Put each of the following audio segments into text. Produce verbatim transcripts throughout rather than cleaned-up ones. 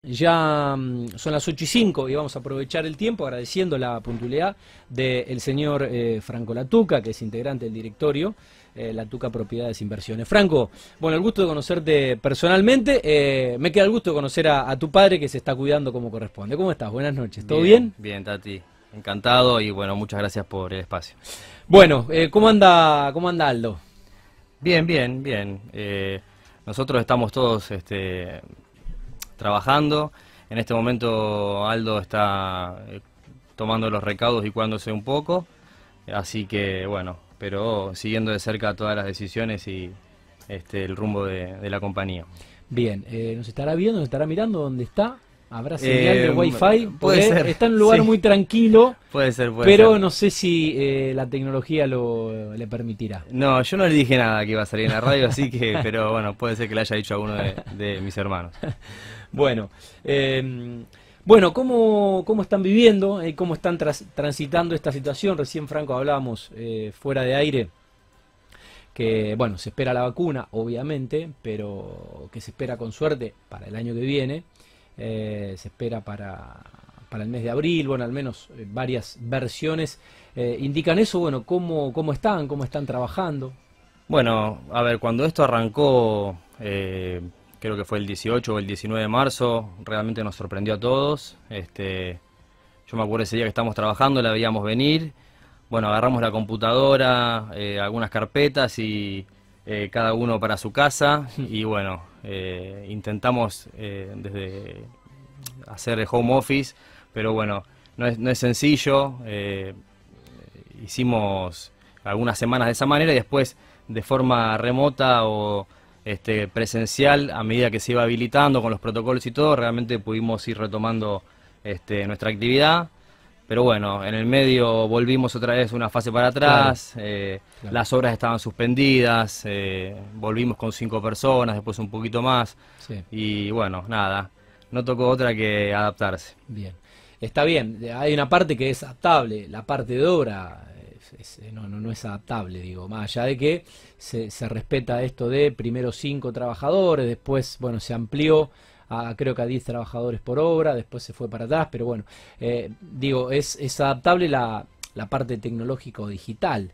Ya mm, son las ocho y cinco y vamos a aprovechar el tiempo agradeciendo la puntualidad del señor eh, Franco Latuca, que es integrante del directorio, eh, Latuca Propiedades e Inversiones. Franco, bueno, el gusto de conocerte personalmente. Eh, me queda el gusto de conocer a, a tu padre, que se está cuidando como corresponde. ¿Cómo estás? Buenas noches. ¿Todo bien? Bien, bien, Tati. Encantado y bueno, muchas gracias por el espacio. Bueno, eh, ¿cómo anda, cómo anda Aldo? Bien, bien, bien. Eh, nosotros estamos todos este, trabajando. En este momento Aldo está eh, tomando los recaudos y cuidándose un poco. Así que bueno, pero siguiendo de cerca todas las decisiones y este, el rumbo de, de la compañía. Bien, eh, ¿nos estará viendo, nos estará mirando dónde está? ¿Habrá señal Eh, de Wi-Fi? puede ser, Está en un lugar sí. muy tranquilo, Puede ser, puede pero ser. no sé si eh, la tecnología lo le permitirá. No, yo no le dije nada que iba a salir en la radio, así que, pero bueno, puede ser que le haya dicho a uno de, de mis hermanos. Bueno, eh, bueno, ¿cómo, cómo están viviendo? Eh, ¿Cómo están tras, transitando esta situación? Recién, Franco, hablábamos eh, fuera de aire que, bueno, se espera la vacuna, obviamente, pero que se espera con suerte para el año que viene. Eh, se espera para, para el mes de abril, bueno, al menos eh, varias versiones eh, indican eso. Bueno, ¿cómo, cómo están? ¿Cómo están trabajando? Bueno, a ver, cuando esto arrancó, eh, creo que fue el dieciocho o el diecinueve de marzo, realmente nos sorprendió a todos. Este, yo me acuerdo ese día que estábamos trabajando, la veíamos venir. Bueno, agarramos la computadora, eh, algunas carpetas y eh, cada uno para su casa. Y bueno, eh, intentamos eh, desde hacer el home office, pero bueno, no es, no es sencillo. Eh, hicimos algunas semanas de esa manera y después de forma remota o este, presencial, a medida que se iba habilitando con los protocolos y todo, realmente pudimos ir retomando este, nuestra actividad. Pero bueno, en el medio volvimos otra vez una fase para atrás, claro, eh, claro. Las obras estaban suspendidas, eh, volvimos con cinco personas, después un poquito más, sí. Y bueno, nada, no tocó otra que adaptarse. Bien, está bien, hay una parte que es adaptable, la parte de obra es, es, no, no, no es adaptable, digo, más allá de que se, se respeta esto de primero cinco trabajadores, después, bueno, se amplió a, creo que a diez trabajadores por obra, después se fue para atrás, pero bueno, eh, digo, es, es adaptable la, la parte tecnológica o digital,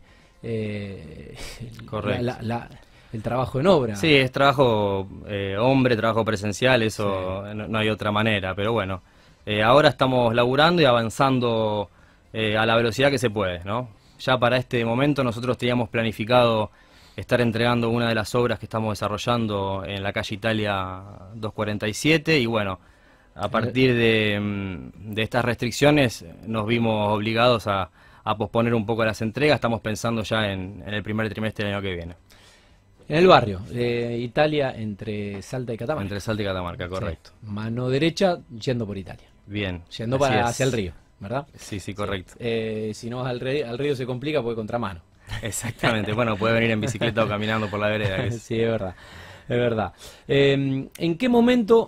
eh, correcto. La, la, la, el trabajo en obra. Sí, es trabajo eh, hombre, trabajo presencial, eso sí. no, no hay otra manera, pero bueno, eh, ahora estamos laburando y avanzando eh, a la velocidad que se puede, ¿no? Ya para este momento nosotros teníamos planificado estar entregando una de las obras que estamos desarrollando en la calle Italia doscientos cuarenta y siete y bueno, a partir de, de estas restricciones nos vimos obligados a, a posponer un poco las entregas. Estamos pensando ya en, en el primer trimestre del año que viene. En el barrio de Italia, entre Salta y Catamarca. Entre Salta y Catamarca, correcto. Sí. Mano derecha yendo por Italia. Bien. Yendo para, hacia el río, ¿verdad? Sí, sí, correcto. Sí. Eh, si no vas al río, al río se complica porque contramano. Exactamente, bueno, puede venir en bicicleta o caminando por la vereda. Que es... Sí, es verdad, es verdad. Eh, ¿En qué momento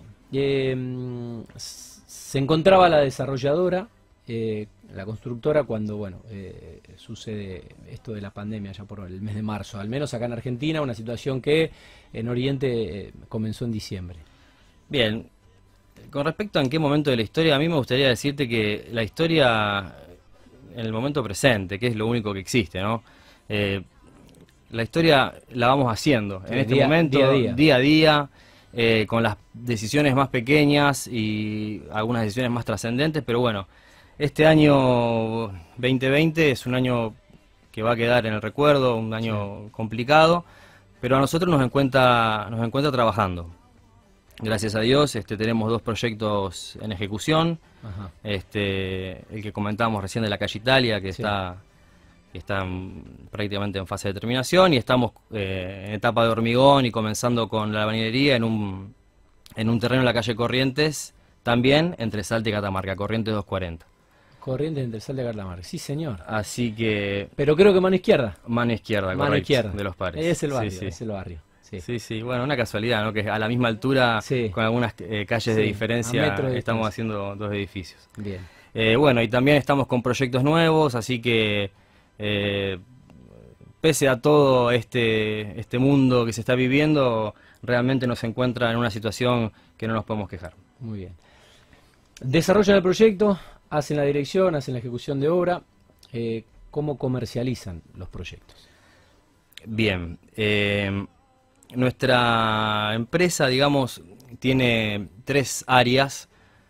eh, se encontraba la desarrolladora, eh, la constructora, cuando, bueno, eh, sucede esto de la pandemia ya por el mes de marzo? Al menos acá en Argentina, una situación que en Oriente eh, comenzó en diciembre. Bien, con respecto a en qué momento de la historia, a mí me gustaría decirte que la historia en el momento presente, que es lo único que existe, ¿no? Eh, la historia la vamos haciendo en este día, momento, día a día, día, a día eh, con las decisiones más pequeñas y algunas decisiones más trascendentes, pero bueno, este año veinte veinte es un año que va a quedar en el recuerdo, un año sí. complicado, pero a nosotros nos encuentra, nos encuentra trabajando. Gracias a Dios este, tenemos dos proyectos en ejecución. Ajá. Este, el que comentábamos recién de la calle Italia, que sí. está... están prácticamente en fase de terminación y estamos eh, en etapa de hormigón y comenzando con la albañilería en un, en un terreno en la calle Corrientes, también entre Salta y Catamarca, Corrientes doscientos cuarenta. Corrientes entre Salta y Catamarca, sí señor. Así que... Pero creo que mano izquierda. Mano izquierda, mano correcto, izquierda. de los pares. Es el barrio, sí, sí. es el barrio. Sí. sí, sí, bueno, una casualidad, ¿no? Que a la misma altura, sí. con algunas eh, calles sí. de diferencia, de estamos haciendo dos edificios. Bien. Eh, bueno, y también estamos con proyectos nuevos, así que... Eh, pese a todo este, este mundo que se está viviendo, realmente nos encuentra en una situación que no nos podemos quejar. Muy bien. Desarrollan el proyecto, hacen la dirección, hacen la ejecución de obra. Eh, ¿Cómo comercializan los proyectos? Bien, eh, nuestra empresa, digamos, tiene tres áreas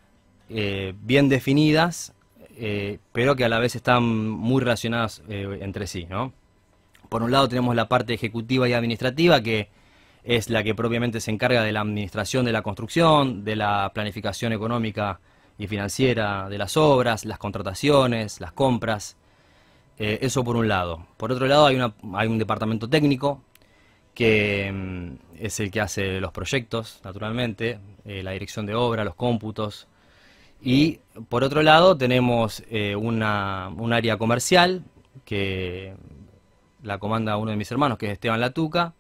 eh, bien definidas, eh, pero que a la vez están muy relacionadas eh, entre sí, ¿no? Por un lado tenemos la parte ejecutiva y administrativa, que es la que propiamente se encarga de la administración de la construcción, de la planificación económica y financiera de las obras, las contrataciones, las compras. Eh, eso por un lado. Por otro lado hay, una, hay un departamento técnico que mm, es el que hace los proyectos, naturalmente, eh, la dirección de obra, los cómputos. Y por otro lado tenemos eh, una, un área comercial que la comanda uno de mis hermanos, que es Esteban Latuca,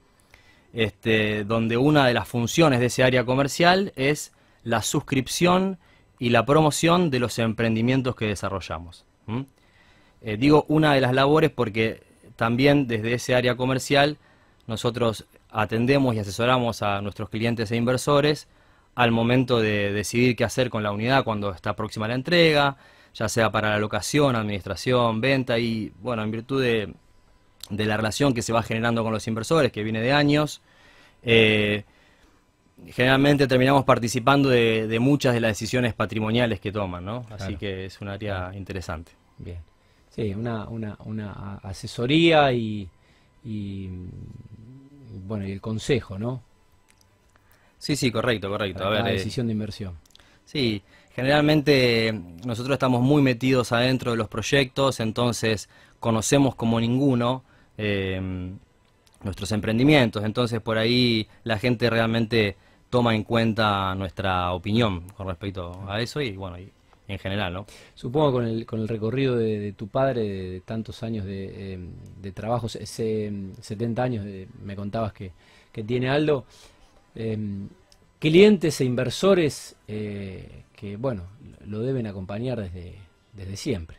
este, donde una de las funciones de ese área comercial es la suscripción y la promoción de los emprendimientos que desarrollamos. ¿Mm? Eh, digo una de las labores porque también desde ese área comercial nosotros atendemos y asesoramos a nuestros clientes e inversores al momento de decidir qué hacer con la unidad cuando está próxima a la entrega, ya sea para la locación, administración, venta y, bueno, en virtud de, de la relación que se va generando con los inversores, que viene de años, eh, generalmente terminamos participando de, de muchas de las decisiones patrimoniales que toman, ¿no? Así Claro. que es un área interesante. Bien. Sí, una, una, una asesoría y, y, bueno, y el consejo, ¿no? Sí, sí, correcto, correcto. Para A ver, cada eh, decisión de inversión. sí, generalmente nosotros estamos muy metidos adentro de los proyectos, entonces conocemos como ninguno eh, nuestros emprendimientos, entonces por ahí la gente realmente toma en cuenta nuestra opinión con respecto a eso y bueno, y en general, ¿no? Supongo con el, con el recorrido de, de tu padre, de, de tantos años de, eh, de trabajo, ese, setenta años de- me contabas que, que tiene Aldo, eh, clientes e inversores eh, que, bueno, lo deben acompañar desde, desde siempre.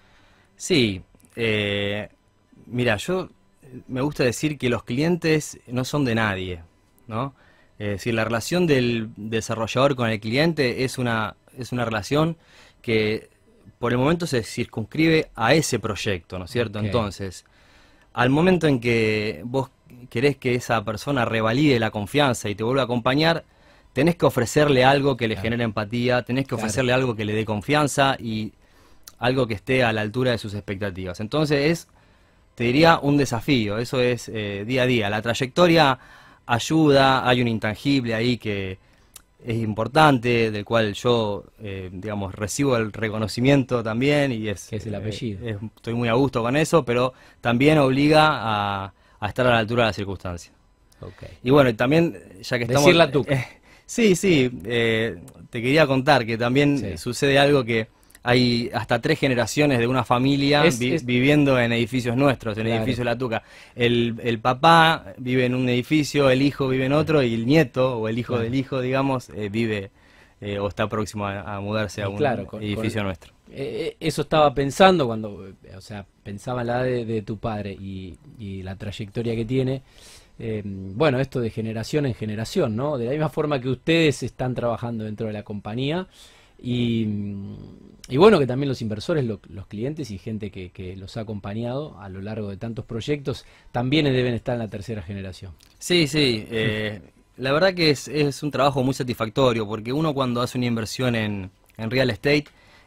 Sí, eh, mira, yo me gusta decir que los clientes no son de nadie, ¿no? Es decir, la relación del desarrollador con el cliente es una, es una relación que por el momento se circunscribe a ese proyecto, ¿no es cierto? Ok. Entonces, al momento en que vos querés que esa persona revalide la confianza y te vuelva a acompañar, tenés que ofrecerle algo que le Claro. genere empatía, tenés que Claro. ofrecerle algo que le dé confianza y algo que esté a la altura de sus expectativas. Entonces es, te diría, un desafío, eso es eh, día a día. La trayectoria ayuda, hay un intangible ahí que es importante, del cual yo, eh, digamos, recibo el reconocimiento también y es, Que es el eh, apellido. es- estoy muy a gusto con eso, pero también obliga a, a estar a la altura de las circunstancias. Ok. Y bueno, y también, ya que estamos... Decir la tuca. eh, sí, sí, eh, te quería contar que también Sí. sucede algo que hay hasta tres generaciones de una familia Es- vi- es- viviendo en edificios nuestros, en el Claro. edificio La Tuca. El, el papá vive en un edificio, el hijo vive en otro y el nieto o el hijo Claro. del hijo, digamos, eh, vive eh, o está próximo a, a mudarse a Y un claro, con- edificio con- nuestro. Eh, eh, eso estaba pensando cuando, eh, o sea, pensaba en la edad de, de tu padre y, y la trayectoria que tiene. Eh, bueno, esto de generación en generación, ¿no? De la misma forma que ustedes están trabajando dentro de la compañía y, mm, y bueno, que también los inversores, lo- los clientes y gente que, que los ha acompañado a lo largo de tantos proyectos también deben estar en la tercera generación. Sí, sí. eh, la verdad que es, es un trabajo muy satisfactorio porque uno cuando hace una inversión en, en real estate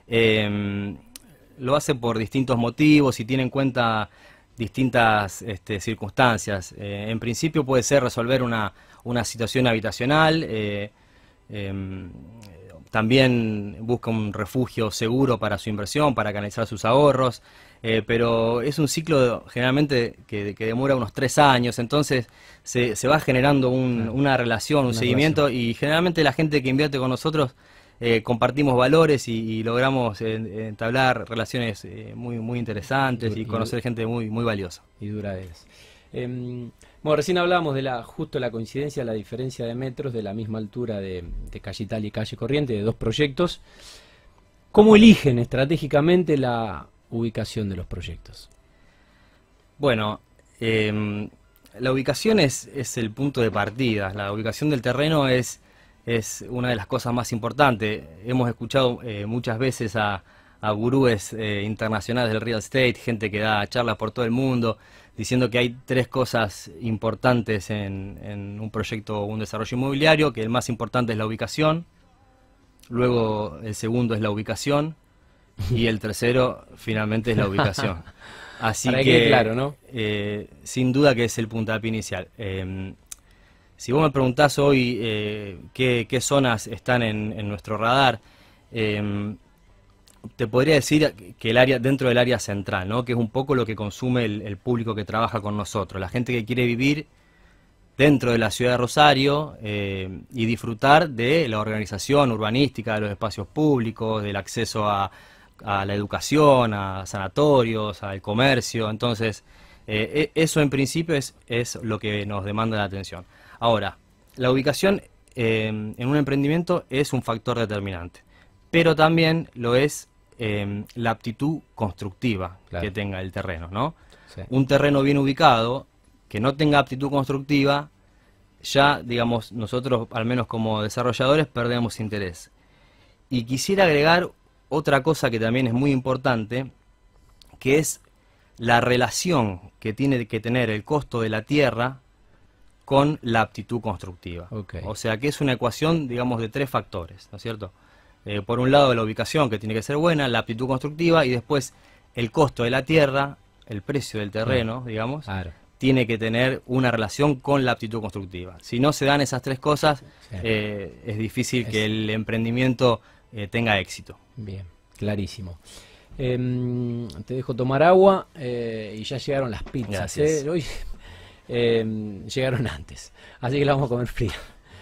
eh, lo hace por distintos motivos y tiene en cuenta distintas este, circunstancias. Eh, en principio puede ser resolver una, una situación habitacional, eh, em, también busca un refugio seguro para su inversión, para canalizar sus ahorros, eh, pero es un ciclo generalmente que, que demora unos tres años, entonces se, se va generando un- Claro. una relación, un Una seguimiento y generalmente la gente que invierte con nosotros eh, compartimos valores y, y logramos eh, entablar relaciones eh, muy, muy interesantes Y- y y- conocer gente muy, muy valiosa. Y duraderas. Em, bueno, recién hablábamos de la justo la coincidencia, la diferencia de metros de la misma altura de, de Calle Italia y Calle Corriente, de dos proyectos. ¿Cómo eligen estratégicamente la ubicación de los proyectos? Bueno, em, la ubicación es, es el punto de partida, la ubicación del terreno es es una de las cosas más importantes. Hemos escuchado eh, muchas veces a, a gurúes eh, internacionales del real estate, gente que da charlas por todo el mundo, diciendo que hay tres cosas importantes en, en un proyecto o un desarrollo inmobiliario, que el más importante es la ubicación, luego el segundo es la ubicación y el tercero finalmente es la ubicación. Así Para que, que claro, ¿no? eh, sin duda que es el puntapié inicial. Eh, si vos me preguntás hoy eh, qué, qué zonas están en, en nuestro radar, eh, te podría decir que el área dentro del área central, ¿no? Que es un poco lo que consume el, el público que trabaja con nosotros, la gente que quiere vivir dentro de la ciudad de Rosario eh, y disfrutar de la organización urbanística de los espacios públicos, del acceso a, a la educación, a sanatorios, al comercio. Entonces, eh, eso en principio es, es lo que nos demanda la atención. Ahora, la ubicación eh, en un emprendimiento es un factor determinante, pero también lo es eh, la aptitud constructiva Claro. que tenga el terreno, ¿no? Sí. Un terreno bien ubicado, que no tenga aptitud constructiva, ya, digamos, nosotros, al menos como desarrolladores, perdemos interés. Y quisiera agregar otra cosa que también es muy importante, que es la relación que tiene que tener el costo de la tierra con la aptitud constructiva. Okay. O sea, que es una ecuación, digamos, de tres factores, ¿no es cierto? Eh, por un lado, la ubicación, que tiene que ser buena, la aptitud constructiva, y después el costo de la tierra, el precio del terreno, digamos, Claro. tiene que tener una relación con la aptitud constructiva. Si no se dan esas tres cosas, Sí. eh, es difícil Es- que el emprendimiento eh, tenga éxito. Bien, clarísimo. Em, te dejo tomar agua eh, y ya llegaron las pizzas. Gracias. ¿eh? Hoy em, llegaron antes, así que las vamos a comer fría.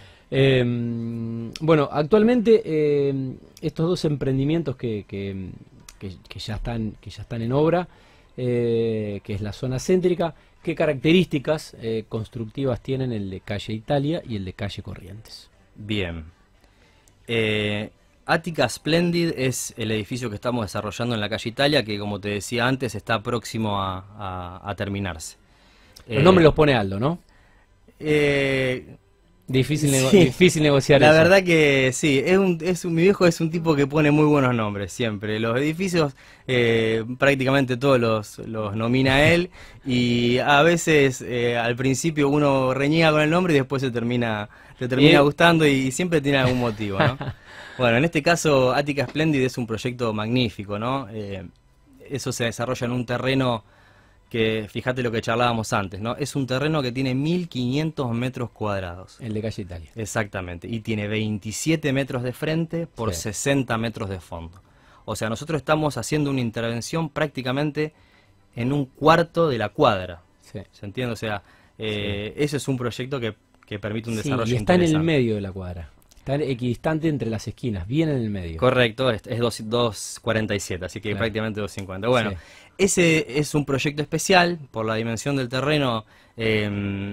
Em, bueno, actualmente em, estos dos emprendimientos que, que, que- que ya están, que ya están en obra, eh, que es la zona céntrica, ¿qué características eh, constructivas tienen el de calle Italia y el de calle Corrientes? Bien. Eh, Attica Splendid es el edificio que estamos desarrollando en la calle Italia, que como te decía antes, está próximo a, a- a terminarse. Los Eh, nombres los pone Aldo, ¿no? eh, Difícil, nego- sí. difícil negociar La eso. verdad que sí, es un, es un- mi viejo es un tipo que pone muy buenos nombres siempre. Los edificios eh, prácticamente todos los, los nomina él y a veces eh, al principio uno reñía con el nombre y después se termina, le termina Y- gustando y siempre tiene algún motivo, ¿no? Bueno, en este caso Attica Splendid es un proyecto magnífico, ¿no? Eh, eso se desarrolla en un terreno que, fíjate lo que charlábamos antes, ¿no? Es un terreno que tiene mil quinientos metros cuadrados. El de calle Italia. Exactamente, y tiene veintisiete metros de frente por Sí. sesenta metros de fondo. O sea, nosotros estamos haciendo una intervención prácticamente en un cuarto de la cuadra. Sí. ¿Se entiende? O sea, eh, ese es un proyecto que, que permite un Sí, desarrollo y está en el interesante. medio de la cuadra. Está equidistante entre las esquinas, bien en el medio. Correcto, es, es dos- dos cuarenta y siete, así que Claro. prácticamente dos cincuenta. Bueno, Sí. ese es un proyecto especial por la dimensión del terreno. eh,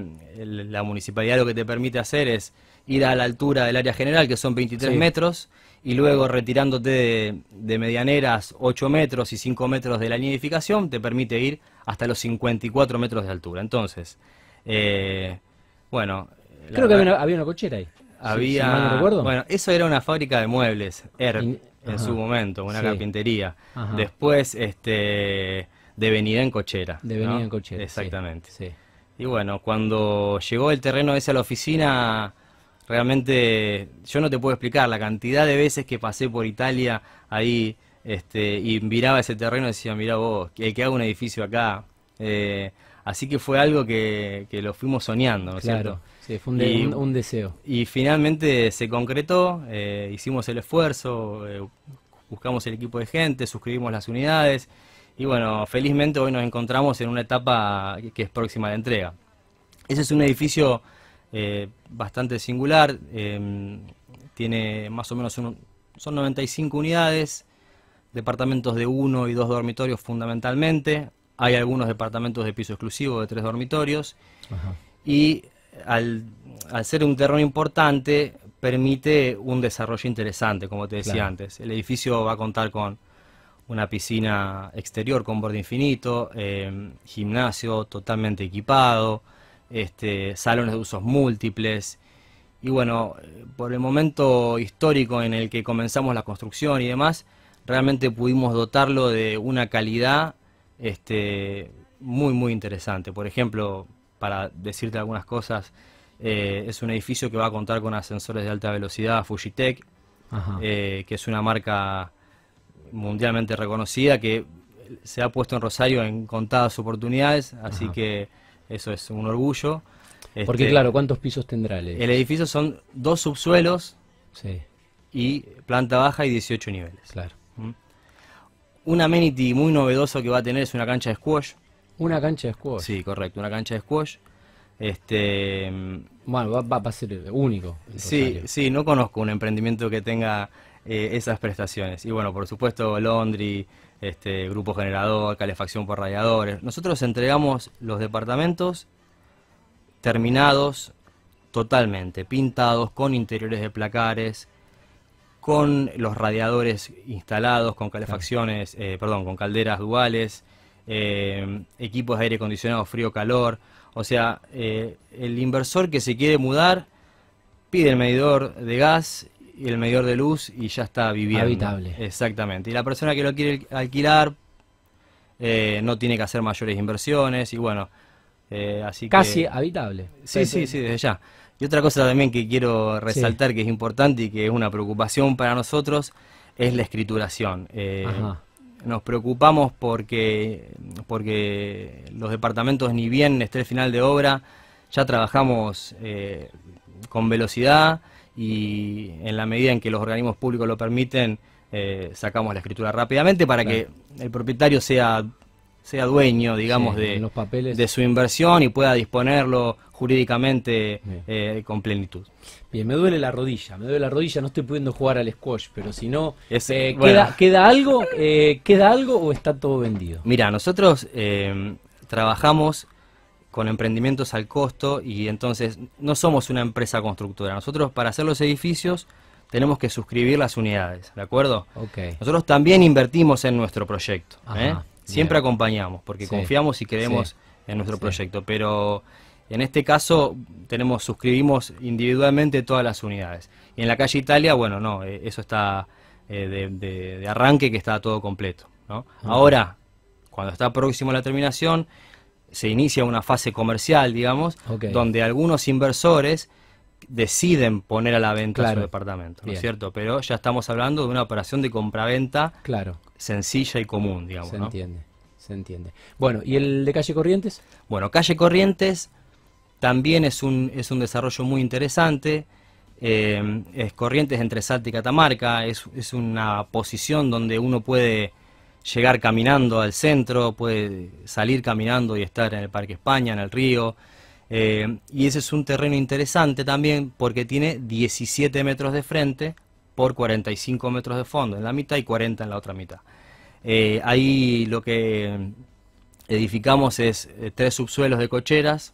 el- la municipalidad lo que te permite hacer es ir a la altura del área general, que son veintitrés Sí. metros, y luego retirándote de, de medianeras ocho metros y cinco metros de la línea de edificación, te permite ir hasta los cincuenta y cuatro metros de altura. Entonces, eh, bueno... la Creo que había verdad- una, había una cochera ahí. Si- había, si mal no recuerdo. bueno, eso era una fábrica de muebles, E R P, In- en ajá. su momento, una Sí. carpintería. Ajá. Después, este, devenida en cochera. Devenida ¿no? en cochera. sí, Exactamente. Sí. Y bueno, cuando llegó el terreno ese a la oficina, realmente yo no te puedo explicar la cantidad de veces que pasé por Italia ahí, este, y miraba ese terreno y decía, mirá vos, el que haga un edificio acá. Eh, así que fue algo que, que lo fuimos soñando, ¿no es Claro. cierto? Sí, fue un, de- Y- un- un deseo. Y finalmente se concretó, eh, hicimos el esfuerzo, eh, buscamos el equipo de gente, suscribimos las unidades y bueno, felizmente hoy nos encontramos en una etapa que, que es próxima a la entrega. Ese es un edificio eh, bastante singular, eh, tiene más o menos un- son noventa y cinco unidades, departamentos de uno y dos dormitorios fundamentalmente, hay algunos departamentos de piso exclusivo de tres dormitorios. Ajá. Y al, al ser un terreno importante, permite un desarrollo interesante, como te decía Claro. antes. El edificio va a contar con una piscina exterior con borde infinito, eh, gimnasio totalmente equipado, este, salones de usos múltiples y bueno, por el momento histórico en el que comenzamos la construcción y demás, realmente pudimos dotarlo de una calidad este, muy, muy interesante. Por ejemplo, para decirte algunas cosas, eh, es un edificio que va a contar con ascensores de alta velocidad Fujitec, eh, que es una marca mundialmente reconocida, que se ha puesto en Rosario en contadas oportunidades, así Ajá. que eso es un orgullo. Porque este, claro, ¿cuántos pisos tendrá el edificio? El edificio son dos subsuelos sí. y planta baja y dieciocho niveles. Claro. ¿Mm? Un amenity muy novedoso que va a tener es una cancha de squash. ¿Una cancha de squash? Sí, correcto, una cancha de squash. Este, bueno, va, va a ser único. Sí, sí, no conozco un emprendimiento que tenga eh, esas prestaciones. Y bueno, por supuesto, laundry, este, grupo generador, calefacción por radiadores. Nosotros entregamos los departamentos terminados totalmente, pintados, con interiores de placares, con los radiadores instalados, con calefacciones, eh, perdón, con calderas duales, eh, equipos de aire acondicionado frío-calor. O sea, eh, el inversor que se quiere mudar pide el medidor de gas y el medidor de luz y ya está viviendo. Habitable. Exactamente. Y la persona que lo quiere alquilar eh, no tiene que hacer mayores inversiones y bueno, eh, así Casi que... habitable. Sí, sí, sí, desde ya. Y otra cosa también que quiero resaltar, sí. que es importante y que es una preocupación para nosotros, es la escrituración. Eh, nos preocupamos porque, porque los departamentos, ni bien esté el final de obra, ya trabajamos eh, con velocidad y en la medida en que los organismos públicos lo permiten, eh, sacamos la escritura rápidamente para claro. que el propietario sea... sea dueño, digamos, sí, de, los papeles. de su inversión y pueda disponerlo jurídicamente eh, con plenitud. Bien, me duele la rodilla, me duele la rodilla, no estoy pudiendo jugar al squash, pero si no, es, eh, bueno. ¿queda, ¿queda algo eh, ¿queda algo o está todo vendido? Mira, nosotros eh, trabajamos con emprendimientos al costo y entonces no somos una empresa constructora. Nosotros para hacer los edificios tenemos que suscribir las unidades, ¿de acuerdo? Okay. Nosotros también invertimos en nuestro proyecto, ¿eh? Siempre Bien. acompañamos, porque sí. confiamos y creemos sí. en nuestro sí. proyecto, pero en este caso tenemos suscribimos individualmente todas las unidades. Y en la calle Italia, bueno, no, eh, eso está eh, de, de, de arranque, que está todo completo, ¿no? Uh-huh. Ahora, cuando está próximo a la terminación, se inicia una fase comercial, digamos, okay. donde algunos inversores deciden poner a la venta claro. su departamento, ¿no Bien. es cierto? Pero ya estamos hablando de una operación de compraventa claro. sencilla y común, digamos. Se ¿no? entiende, se entiende. Bueno, ¿y el de calle Corrientes? Bueno, calle Corrientes también es un, es un desarrollo muy interesante. Eh, es Corrientes entre Salta y Catamarca, es, es una posición donde uno puede llegar caminando al centro, puede salir caminando y estar en el Parque España, en el río. Eh, y ese es un terreno interesante también porque tiene diecisiete metros de frente por cuarenta y cinco metros de fondo en la mitad y cuarenta en la otra mitad. Eh, ahí lo que edificamos es eh, tres subsuelos de cocheras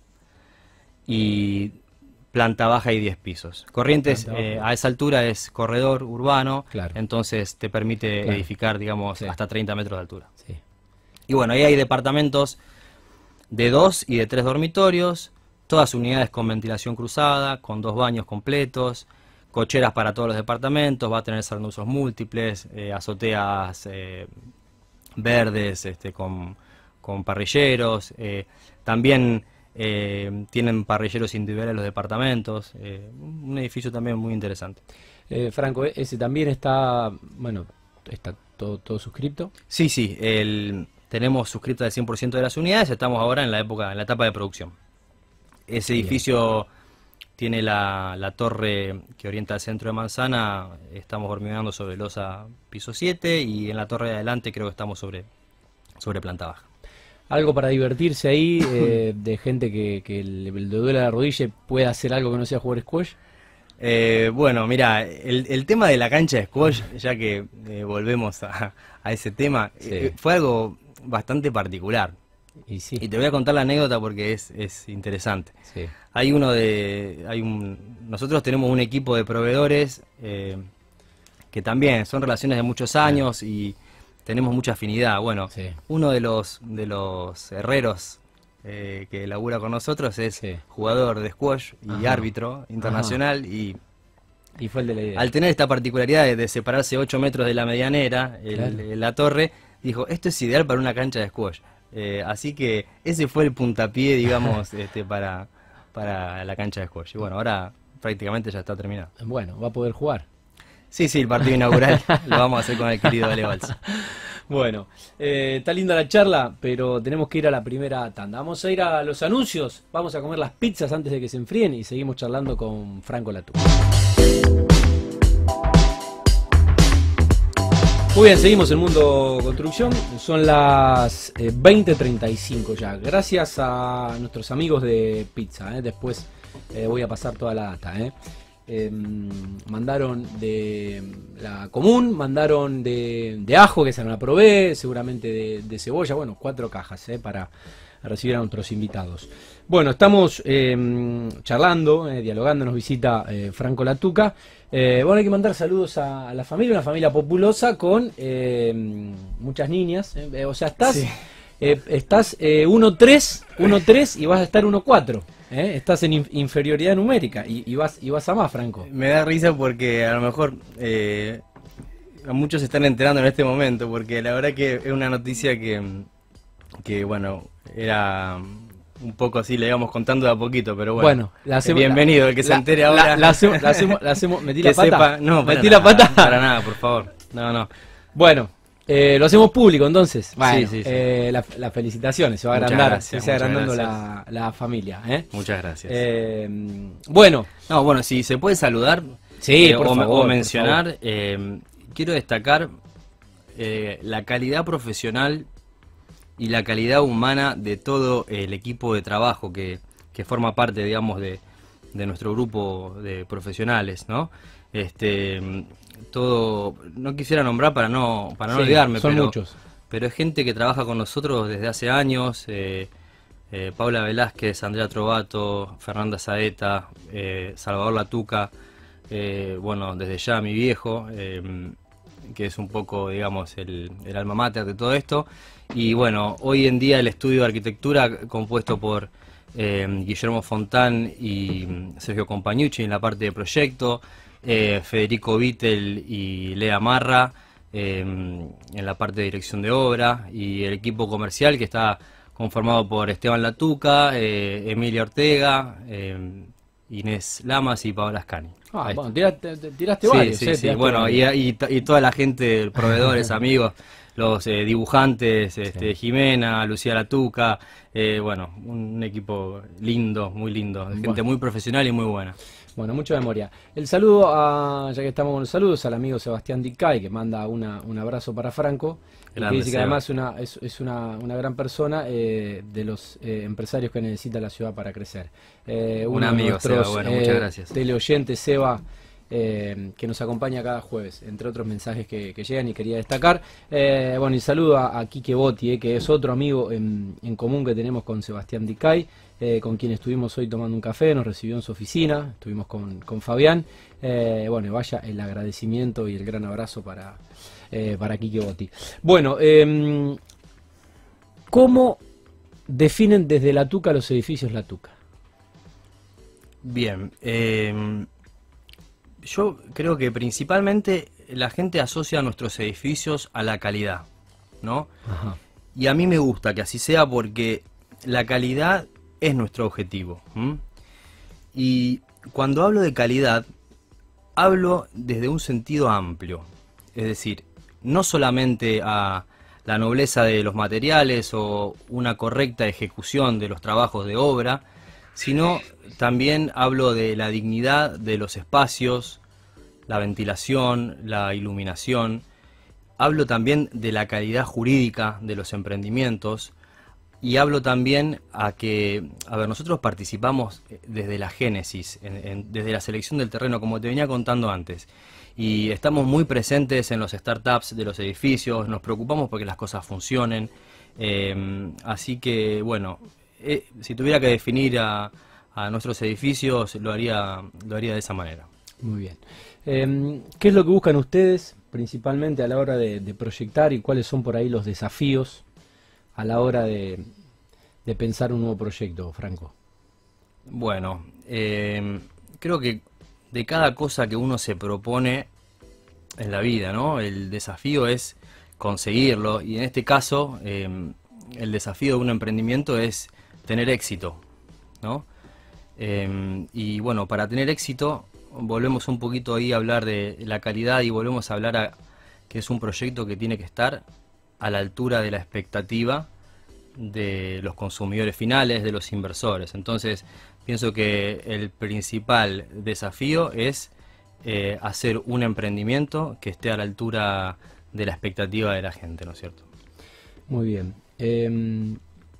y planta baja y diez pisos. Corrientes eh, a esa altura es corredor urbano, claro. entonces te permite claro. edificar, digamos, sí. hasta treinta metros de altura. Sí. Y bueno, ahí hay departamentos de dos y de tres dormitorios, todas unidades con ventilación cruzada, con dos baños completos, cocheras para todos los departamentos, va a tener salón de usos múltiples, eh, azoteas eh, verdes este, con, con parrilleros, eh, también eh, tienen parrilleros individuales los departamentos, eh, un edificio también muy interesante. Eh, Franco, ese también está, bueno, está todo, todo suscripto. Sí, sí, el, tenemos suscripto el cien por ciento de las unidades, estamos ahora en la época, en la etapa de producción. Ese edificio Bien. tiene la, la torre que orienta al centro de Manzana, estamos hormigonando sobre losa piso siete y en la torre de adelante creo que estamos sobre, sobre planta baja. Algo para divertirse ahí, eh, de gente que, que le, le duele la rodilla y pueda hacer algo que no sea jugar squash. Eh, bueno, mira, el, el tema de la cancha de squash, ya que eh, volvemos a, a ese tema, sí. eh, fue algo bastante particular. Y, sí. y te voy a contar la anécdota porque es, es interesante. Sí. Hay uno de, hay un, nosotros tenemos un equipo de proveedores eh, que también son relaciones de muchos años y tenemos mucha afinidad. Bueno, sí. uno de los de los herreros eh, que labura con nosotros, es Sí. jugador de squash y Ajá. árbitro internacional. Y Y fue el de la idea. al tener esta particularidad de, de separarse ocho metros de la medianera, el- Claro. la torre, dijo, esto es ideal para una cancha de squash. Eh, así que ese fue el puntapié, digamos, este, para, para la cancha de squash. Y bueno, ahora prácticamente ya está terminado. Bueno, va a poder jugar. Sí, sí, el partido inaugural lo vamos a hacer con el querido Ale Valls. Bueno, eh, está linda la charla, pero tenemos que ir a la primera tanda. Vamos a ir a los anuncios, vamos a comer las pizzas antes de que se enfríen y seguimos charlando con Franco Latuca. Muy bien, seguimos en Mundo Construcción, son las eh, veinte treinta y cinco ya. Gracias a nuestros amigos de Pizza, eh. Después eh, voy a pasar toda la data. Eh. Eh, mandaron de la común, mandaron de, de ajo, que se la probé, seguramente de, de cebolla, bueno, cuatro cajas eh, para recibir a nuestros invitados. Bueno, estamos eh, charlando, eh, dialogando, nos visita eh, Franco Latuca. Eh, bueno, hay que mandar saludos a, a la familia, una familia populosa con eh, muchas niñas, eh, o sea, estás, Sí. eh, estás eh, uno tres y vas a estar uno cuatro. ¿Eh? Estás en inf inferioridad numérica y, y, vas, y vas a más, Franco. Me da risa porque a lo mejor eh, a muchos se están enterando en este momento, porque la verdad que es una noticia que, que bueno, era un poco así, le íbamos contando de a poquito, pero bueno, Bueno, la hacemos- bienvenido, la- el que se la- entere la- ahora. La, hacemos, la hacemos, la hacemos, metí la que pata. sepa, no, para metí la nada, pata. para nada, por favor, no, no. Bueno, eh, lo hacemos público entonces. Bueno, sí, sí. eh, la- las felicitaciones, se va a Muchas agrandar, gracias, se va muchas agrandando gracias. la, la familia. ¿eh? Muchas gracias. Eh, bueno, No, bueno, si se puede saludar Sí, eh, por o, favor, o por mencionar, eh, quiero destacar eh, la calidad profesional y la calidad humana de todo el equipo de trabajo que, que forma parte, digamos, de, de nuestro grupo de profesionales, ¿no? Este, todo, no quisiera nombrar para no, para no sí, olvidarme, son pero, muchos. pero es gente que trabaja con nosotros desde hace años. eh, Eh, Paula Velázquez, Andrea Trovato, Fernanda Saeta, eh, Salvador Latuca, eh, bueno, desde ya mi viejo, eh, que es un poco, digamos, el, el alma mater de todo esto. Y bueno, hoy en día el estudio de arquitectura compuesto por eh, Guillermo Fontán y Sergio Compañucci en la parte de proyecto, eh, Federico Vittel y Lea Marra eh, en la parte de dirección de obra, y el equipo comercial que está conformado por Esteban Latuca, eh, Emilia Ortega, eh, Inés Lamas y Paola Ascani. Ah, Ahí bueno, está. tiraste, tiraste Sí, varios. sí, eh, sí. tiraste Bueno, y, varios. y, to- y toda la gente, proveedores, amigos, los eh, dibujantes, este, Jimena, Lucía Latuca, eh, bueno, un equipo lindo, muy lindo, de gente Bueno. muy profesional y muy buena. Bueno, mucha memoria. El saludo, a, ya que estamos con los saludos, al amigo Sebastián Dicay, que manda una, un abrazo para Franco. Y que Grande, dice que Seba. además una, es, es una, una gran persona eh, de los eh, empresarios que necesita la ciudad para crecer. Eh, Un uno de amigo, nuestros, Seba, bueno, eh, muchas gracias. teleoyentes, Seba, eh, que nos acompaña cada jueves, entre otros mensajes que, que llegan y quería destacar. Eh, bueno, y saludo a, a Quique Botti, eh, que es otro amigo en, en común que tenemos con Sebastián Dicay, eh, con quien estuvimos hoy tomando un café, nos recibió en su oficina, estuvimos con, con Fabián. Eh, bueno, y vaya el agradecimiento y el gran abrazo para, eh, para Quique Botti. Bueno, eh, ¿cómo definen desde Latuca los edificios Latuca? Bien, eh, yo creo que principalmente la gente asocia nuestros edificios a la calidad, ¿no? Ajá. Y a mí me gusta que así sea porque la calidad es nuestro objetivo. ¿m? Y cuando hablo de calidad, hablo desde un sentido amplio. Es decir, no solamente a la nobleza de los materiales o una correcta ejecución de los trabajos de obra, sino también hablo de la dignidad de los espacios, la ventilación, la iluminación. Hablo también de la calidad jurídica de los emprendimientos y hablo también a que, a ver, nosotros participamos desde la génesis, en, en, desde la selección del terreno, como te venía contando antes, y estamos muy presentes en los startups de los edificios, nos preocupamos porque las cosas funcionen, eh, así que, bueno, eh, si tuviera que definir a, a nuestros edificios, lo haría, lo haría de esa manera. Muy bien. Eh, ¿Qué es lo que buscan ustedes principalmente a la hora de, de proyectar y cuáles son por ahí los desafíos a la hora de, de pensar un nuevo proyecto, Franco? Bueno, eh, creo que de cada cosa que uno se propone en la vida, ¿no? El desafío es conseguirlo, y en este caso eh, el desafío de un emprendimiento es tener éxito, ¿no? Eh, y bueno, para tener éxito volvemos un poquito ahí a hablar de la calidad y volvemos a hablar a que es un proyecto que tiene que estar a la altura de la expectativa de los consumidores finales, de los inversores. Entonces pienso que el principal desafío es eh, hacer un emprendimiento que esté a la altura de la expectativa de la gente, ¿no es cierto? Muy bien. Eh,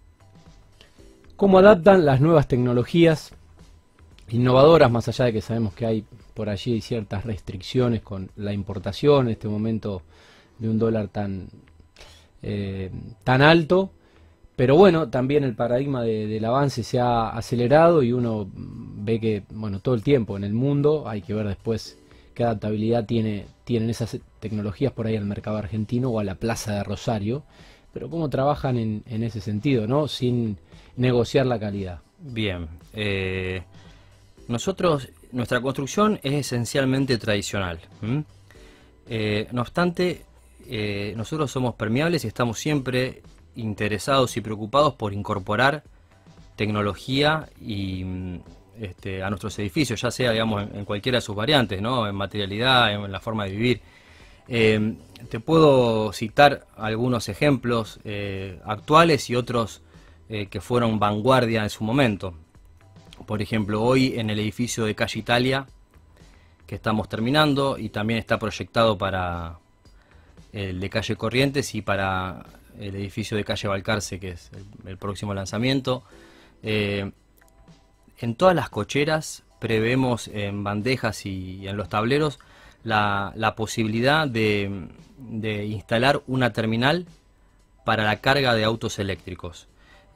¿Cómo adaptan las nuevas tecnologías innovadoras, más allá de que sabemos que hay por allí ciertas restricciones con la importación en este momento de un dólar tan, eh, tan alto? Pero bueno, también el paradigma de, del avance se ha acelerado y uno ve que, bueno, todo el tiempo en el mundo, hay que ver después qué adaptabilidad tiene, tienen esas tecnologías por ahí al mercado argentino o a la Plaza de Rosario, pero cómo trabajan en, en ese sentido, ¿no? Sin negociar la calidad. Bien, eh, nosotros, nuestra construcción es esencialmente tradicional. Eh, no obstante, eh, nosotros somos permeables y estamos siempre interesados y preocupados por incorporar tecnología y este, a nuestros edificios, ya sea digamos en, en cualquiera de sus variantes, ¿no? En materialidad, en, en la forma de vivir. Eh, te puedo citar algunos ejemplos eh, actuales y otros eh, que fueron vanguardia en su momento. Por ejemplo, hoy en el edificio de Calle Italia, que estamos terminando, y también está proyectado para el de Calle Corrientes y para el edificio de Calle Balcarce, que es el, el próximo lanzamiento. Eh, en todas las cocheras prevemos en bandejas y en los tableros la, la posibilidad de, de instalar una terminal para la carga de autos eléctricos.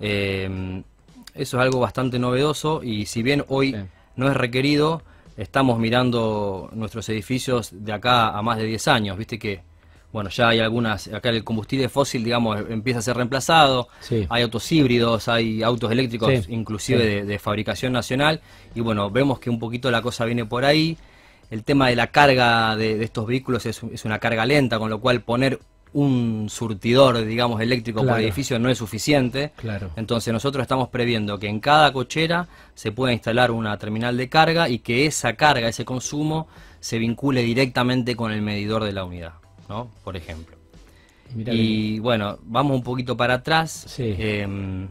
Eh, eso es algo bastante novedoso y si bien hoy sí. no es requerido, estamos mirando nuestros edificios de acá a más de diez años. Viste que bueno, ya hay algunas, acá el combustible fósil, digamos, empieza a ser reemplazado, sí. hay autos híbridos, hay autos eléctricos, sí. inclusive sí. De, de fabricación nacional, y bueno, vemos que un poquito la cosa viene por ahí. El tema de la carga de, de estos vehículos es, es una carga lenta, con lo cual poner un surtidor, digamos, eléctrico claro. por edificio no es suficiente. Claro. Entonces nosotros estamos previendo que en cada cochera se pueda instalar una terminal de carga y que esa carga, ese consumo, se vincule directamente con el medidor de la unidad, ¿no? Por ejemplo. Mirá y bien. Bueno, vamos un poquito para atrás. Sí. Eh,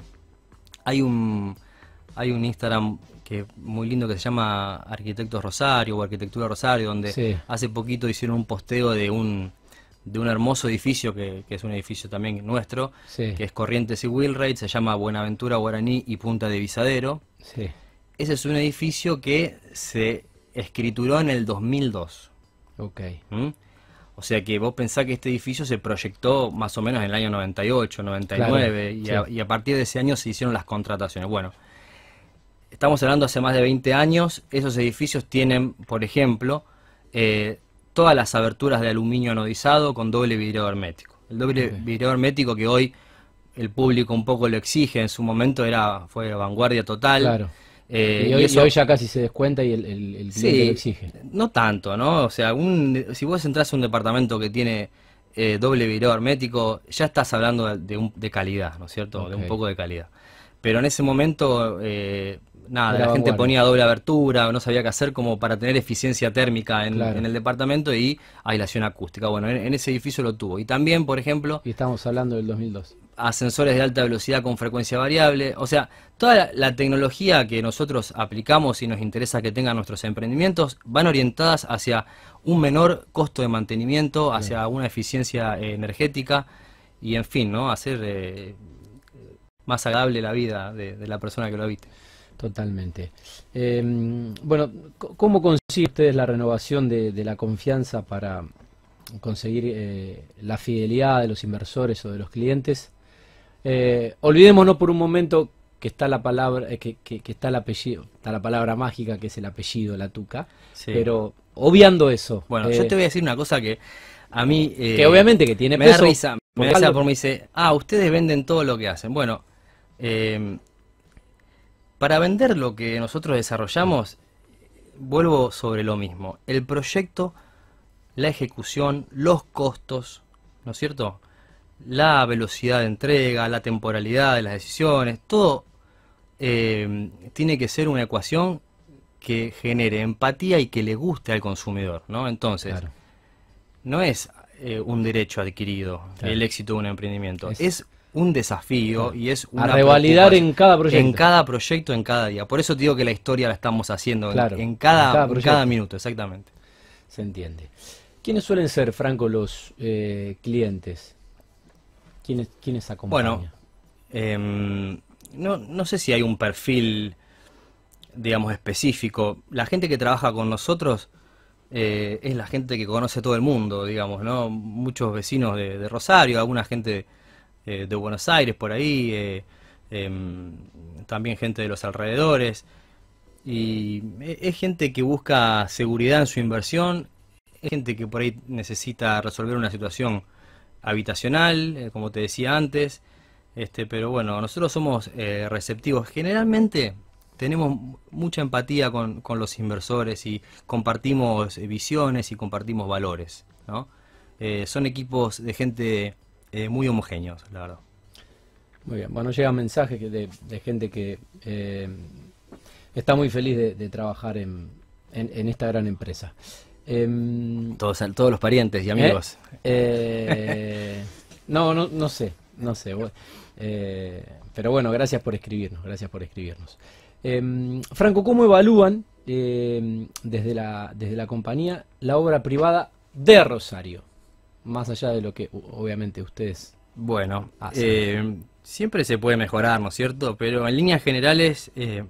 hay un hay un Instagram que muy lindo que se llama Arquitectos Rosario o Arquitectura Rosario, donde sí. hace poquito hicieron un posteo de un de un hermoso edificio que, que es un edificio también nuestro, sí. que es Corrientes y Wheelwright, se llama Buenaventura Guaraní y Punta de Visadero. Sí. Ese es un edificio que se escrituró en el dos mil dos. Ok. ¿Mm? O sea que vos pensás que este edificio se proyectó más o menos en el año noventa y ocho, noventa y nueve, claro, y, sí. a, y a partir de ese año se hicieron las contrataciones. Bueno, estamos hablando hace más de veinte años, esos edificios tienen, por ejemplo, eh, todas las aberturas de aluminio anodizado con doble vidrio hermético. El doble okay. vidrio hermético que hoy el público un poco lo exige, en su momento era fue vanguardia total. Claro. Eh, y, hoy, y, eso, y hoy ya casi se descuenta y el, el, el cliente sí, lo exige. No tanto, ¿no? O sea, un, si vos entras a un departamento que tiene eh, doble vidrio hermético, ya estás hablando de, de, un, de calidad, ¿no es cierto? Okay. De un poco de calidad. Pero en ese momento, eh, nada, la, la gente ponía doble abertura, no sabía qué hacer como para tener eficiencia térmica en, claro. en el departamento y aislación acústica. Bueno, en, en ese edificio lo tuvo. Y también, por ejemplo... Y estamos hablando del dos mil dos. Ascensores de alta velocidad con frecuencia variable, o sea, toda la, la tecnología que nosotros aplicamos y nos interesa que tengan nuestros emprendimientos van orientadas hacia un menor costo de mantenimiento, hacia sí. una eficiencia eh, energética y en fin, ¿no? Hacer eh, más agradable la vida de, de la persona que lo habite. Totalmente. Eh, bueno, ¿cómo consiguen ustedes la renovación de, de la confianza para conseguir eh, la fidelidad de los inversores o de los clientes? Eh, olvidémonos por un momento que está la palabra, eh, que, que, que está el apellido, está la palabra mágica que es el apellido, la tuca, sí. pero obviando eso. Bueno, eh, yo te voy a decir una cosa que a mí... Eh, que obviamente que tiene me peso. Da risa, me da risa por mí dice, ah, ustedes venden todo lo que hacen. Bueno, Eh, para vender lo que nosotros desarrollamos, vuelvo sobre lo mismo. El proyecto, la ejecución, los costos, ¿no es cierto? La velocidad de entrega, la temporalidad de las decisiones, todo eh, tiene que ser una ecuación que genere empatía y que le guste al consumidor, ¿no? Entonces, claro, no es eh, un derecho adquirido, claro, el éxito de un emprendimiento, es, es un desafío, claro, y es una a revalidar en cada proyecto. En cada proyecto, en cada día. Por eso te digo que la historia la estamos haciendo, claro, en, en, cada, en, cada en cada minuto, exactamente. Se entiende. ¿Quiénes suelen ser, Franco, los eh, clientes? ¿Quiénes, quiénes acompañan? Bueno, eh, no, no sé si hay un perfil, digamos, específico. La gente que trabaja con nosotros eh, es la gente que conoce todo el mundo, digamos, ¿no? Muchos vecinos de, de Rosario, alguna gente eh, de Buenos Aires por ahí, eh, eh, también gente de los alrededores. Y es gente que busca seguridad en su inversión, es gente que por ahí necesita resolver una situación habitacional, eh, como te decía antes, este, pero bueno, nosotros somos eh, receptivos. Generalmente tenemos mucha empatía con, con los inversores y compartimos visiones y compartimos valores, ¿no? Eh, son equipos de gente eh, muy homogéneos, la verdad. Muy bien, bueno, llegan mensajes de, de gente que eh, está muy feliz de, de trabajar en, en, en esta gran empresa. Eh, todos, todos los parientes y amigos. Eh, eh, no, no, no sé, no sé. Eh, pero bueno, gracias por escribirnos, gracias por escribirnos. Eh, Franco, ¿cómo evalúan eh, desde la, desde la compañía la obra privada de Rosario? Más allá de lo que obviamente ustedes Bueno, eh, siempre se puede mejorar, ¿no es cierto? Pero en líneas generales, eh,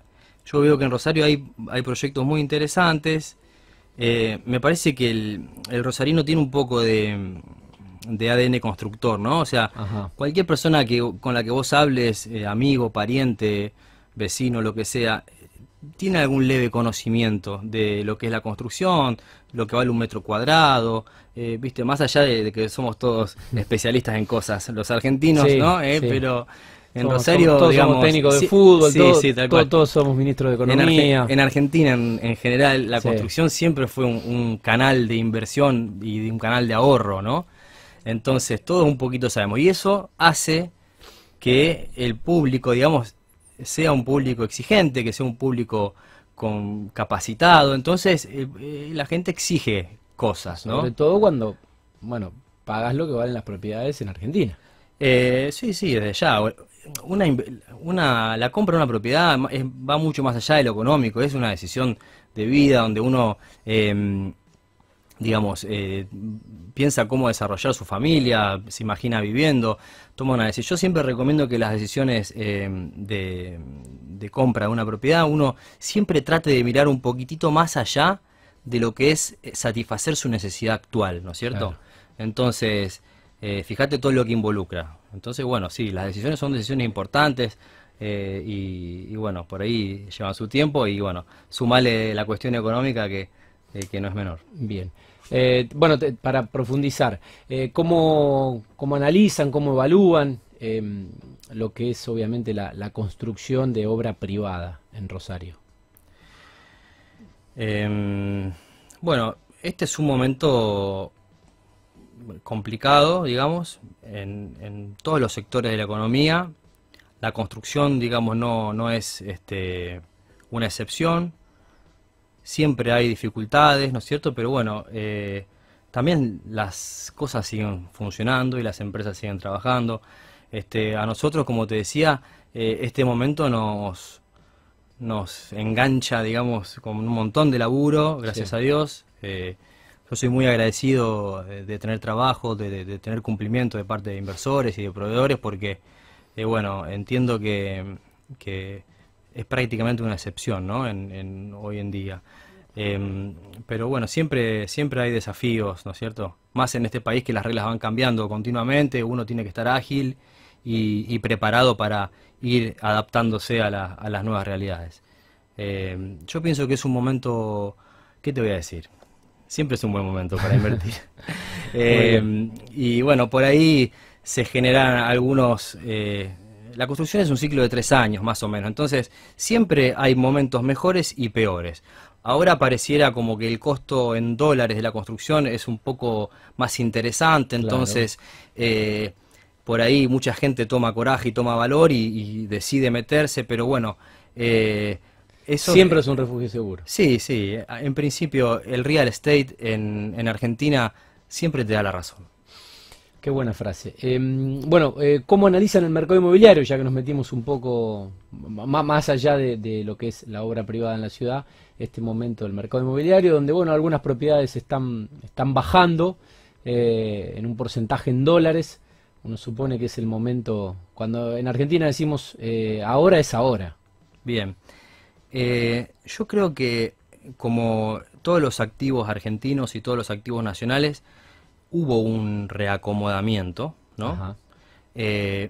yo veo que en Rosario hay, hay proyectos muy interesantes. Eh, me parece que el, el rosarino tiene un poco de, de A D N constructor, ¿no? O sea, ajá, cualquier persona que, con la que vos hables, eh, amigo, pariente, vecino, lo que sea, tiene algún leve conocimiento de lo que es la construcción, lo que vale un metro cuadrado, eh, viste, más allá de, de que somos todos especialistas en cosas, los argentinos, sí, ¿no? Eh, sí. Pero en somos, Rosario, somos, todos digamos, somos técnicos de sí, fútbol, sí, todo, sí, tal todo, cual. Todos somos ministros de Economía. En, Arge en Argentina, en, en general, la sí. construcción siempre fue un, un canal de inversión y de un canal de ahorro, ¿no? Entonces, todos un poquito sabemos. Y eso hace que el público, digamos, sea un público exigente, que sea un público con capacitado. Entonces, eh, eh, la gente exige cosas, ¿no? Sobre todo cuando, bueno, pagas lo que valen las propiedades en Argentina. Eh, sí, sí, desde ya. Una, una, la compra de una propiedad es, va mucho más allá de lo económico, es una decisión de vida donde uno, eh, digamos, eh, piensa cómo desarrollar su familia, se imagina viviendo, toma una decisión. Yo siempre recomiendo que las decisiones eh, de, de compra de una propiedad, uno siempre trate de mirar un poquitito más allá de lo que es satisfacer su necesidad actual, ¿no es cierto? Claro. Entonces, eh, fíjate todo lo que involucra. Entonces, bueno, sí, las decisiones son decisiones importantes eh, y, y, bueno, por ahí llevan su tiempo y, bueno, sumale la cuestión económica que, eh, que no es menor. Bien. Eh, bueno, te, para profundizar, eh, ¿cómo, ¿cómo analizan, cómo evalúan eh, lo que es obviamente la, la construcción de obra privada en Rosario? Eh, bueno, este es un momento complicado, digamos, en, en todos los sectores de la economía. La construcción, digamos, no, no es este, una excepción. Siempre hay dificultades, ¿no es cierto? Pero bueno, eh, también las cosas siguen funcionando y las empresas siguen trabajando. Este, a nosotros, como te decía, eh, este momento nos, nos engancha, digamos, con un montón de laburo, gracias sí. a Dios. Eh, Yo soy muy agradecido de, de tener trabajo, de, de, de tener cumplimiento de parte de inversores y de proveedores, porque, eh, bueno, entiendo que, que es prácticamente una excepción, ¿no? En, en, hoy en día. Eh, pero bueno, siempre, siempre hay desafíos, ¿no es cierto? Más en este país que las reglas van cambiando continuamente, uno tiene que estar ágil y, y preparado para ir adaptándose a, la, a las nuevas realidades. Eh, yo pienso que es un momento, ¿qué te voy a decir? Siempre es un buen momento para invertir. eh, y bueno, por ahí se generan algunos, eh, la construcción es un ciclo de tres años más o menos, entonces siempre hay momentos mejores y peores. Ahora pareciera como que el costo en dólares de la construcción es un poco más interesante, entonces eh, por ahí mucha gente toma coraje y toma valor y, y decide meterse, pero bueno, eh, eso siempre es un refugio seguro. Sí, sí, en principio el real estate en, en Argentina siempre te da la razón. Qué buena frase. Eh, bueno, eh, ¿cómo analizan el mercado inmobiliario? Ya que nos metimos un poco más, más allá de, de lo que es la obra privada en la ciudad, este momento del mercado inmobiliario, donde bueno, algunas propiedades están, están bajando eh, en un porcentaje en dólares. Uno supone que es el momento, cuando en Argentina decimos eh, ahora es ahora. Bien, eh, yo creo que como todos los activos argentinos y todos los activos nacionales, hubo un reacomodamiento, ¿no? Eh,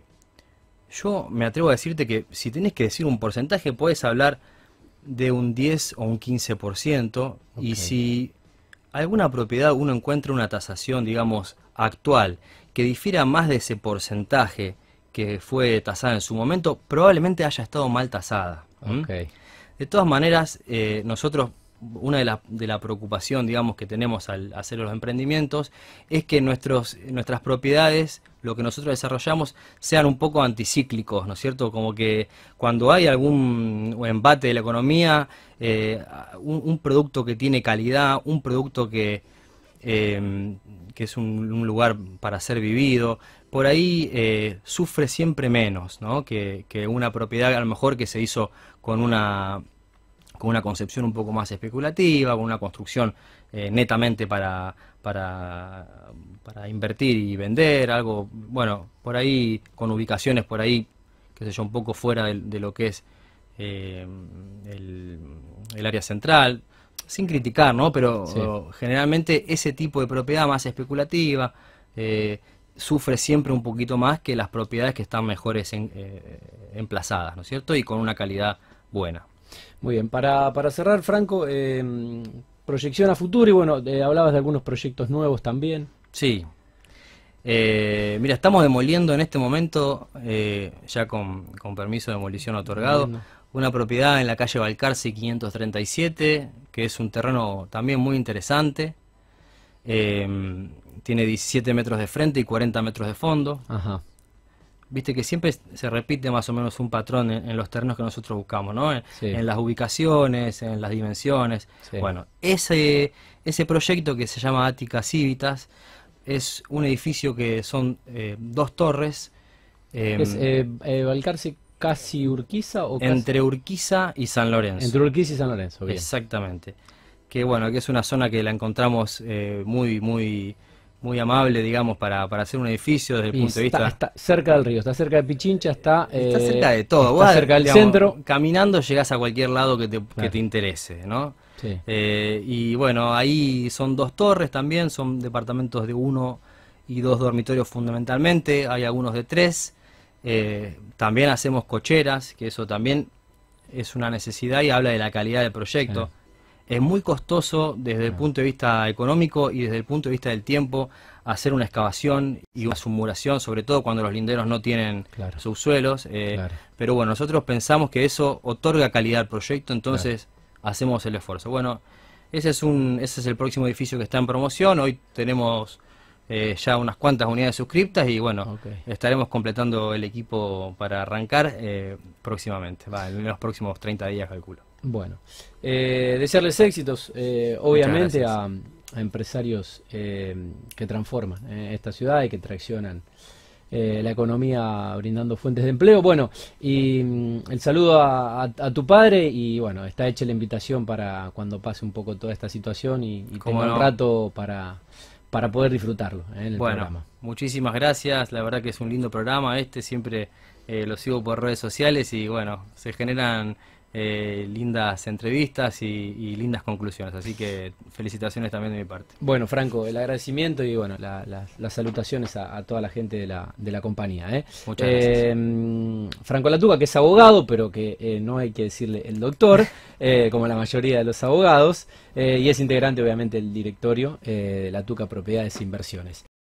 yo me atrevo a decirte que si tenés que decir un porcentaje, puedes hablar de un diez o un quince por ciento, okay. Y si alguna propiedad uno encuentra una tasación, digamos, actual, que difiera más de ese porcentaje que fue tasada en su momento, probablemente haya estado mal tasada. Okay. De todas maneras, eh, nosotros... Una de la, de la preocupación, digamos, que tenemos al hacer los emprendimientos es que nuestros, nuestras propiedades, lo que nosotros desarrollamos, sean un poco anticíclicos, ¿no es cierto? Como que cuando hay algún embate de la economía, eh, un, un producto que tiene calidad, un producto que, eh, que es un, un lugar para ser vivido, por ahí eh, sufre siempre menos, ¿no? Que, que una propiedad a lo mejor que se hizo con una... con una concepción un poco más especulativa, con una construcción eh, netamente para, para, para invertir y vender, algo, bueno, por ahí, con ubicaciones por ahí, qué sé yo, un poco fuera de, de lo que es eh, el, el área central, sin criticar, ¿no? Pero sí. Generalmente ese tipo de propiedad más especulativa eh, sufre siempre un poquito más que las propiedades que están mejores en, eh, emplazadas, ¿no es cierto? Y con una calidad buena. Muy bien, para, para cerrar, Franco, eh, proyección a futuro y bueno, eh, hablabas de algunos proyectos nuevos también. Sí, eh, mira, estamos demoliendo en este momento, eh, ya con, con permiso de demolición otorgado, Entiendo. una propiedad en la calle Balcarce quinientos treinta y siete, que es un terreno también muy interesante, eh, tiene diecisiete metros de frente y cuarenta metros de fondo. Ajá. Viste que siempre se repite más o menos un patrón en, en los terrenos que nosotros buscamos, ¿no? En, sí. en las ubicaciones, en las dimensiones. Sí. Bueno, ese, ese proyecto que se llama Ática Civitas es un edificio que son eh, dos torres. Eh, ¿Es eh, eh, Balcarce casi Urquiza o casi... Entre Urquiza y San Lorenzo. Entre Urquiza y San Lorenzo, bien. Exactamente. Que bueno, que es una zona que la encontramos eh, muy, muy... muy amable, digamos, para, para hacer un edificio desde el y punto de está, vista... Está cerca del río, está cerca de Pichincha, está... Está eh, cerca de todo. Está Vos, cerca del digamos, centro. Caminando llegás a cualquier lado que te, claro. que te interese, ¿no? Sí. Eh, y bueno, ahí son dos torres también, son departamentos de uno y dos dormitorios fundamentalmente, hay algunos de tres. Eh, también hacemos cocheras, que eso también es una necesidad y habla de la calidad del proyecto. Sí. Es muy costoso desde el punto de vista económico y desde el punto de vista del tiempo hacer una excavación y una submuración, sobre todo cuando los linderos no tienen claro. subsuelos. Eh, claro. Pero bueno, nosotros pensamos que eso otorga calidad al proyecto, entonces claro. hacemos el esfuerzo. Bueno, ese es, un, ese es el próximo edificio que está en promoción. Hoy tenemos eh, ya unas cuantas unidades suscriptas y bueno, okay. estaremos completando el equipo para arrancar eh, próximamente, va, en los próximos treinta días calculo. Bueno, eh, desearles éxitos, eh, obviamente a, a empresarios eh, que transforman eh, esta ciudad y que traccionan eh, la economía brindando fuentes de empleo. Bueno, y mm, el saludo a, a, a tu padre y bueno, está hecha la invitación para cuando pase un poco toda esta situación y, y tenga no? un rato para, para poder disfrutarlo eh, en el bueno, programa. Muchísimas gracias, la verdad que es un lindo programa este, siempre eh, lo sigo por redes sociales y bueno, se generan... Eh, lindas entrevistas y, y lindas conclusiones, así que felicitaciones también de mi parte. Bueno, Franco, el agradecimiento y bueno, la, la, las salutaciones a, a toda la gente de la, de la compañía. ¿eh? Muchas gracias. Eh, Franco Latuca, que es abogado, pero que eh, no hay que decirle el doctor, eh, como la mayoría de los abogados, eh, y es integrante obviamente del directorio eh, de Latuca Propiedades e Inversiones.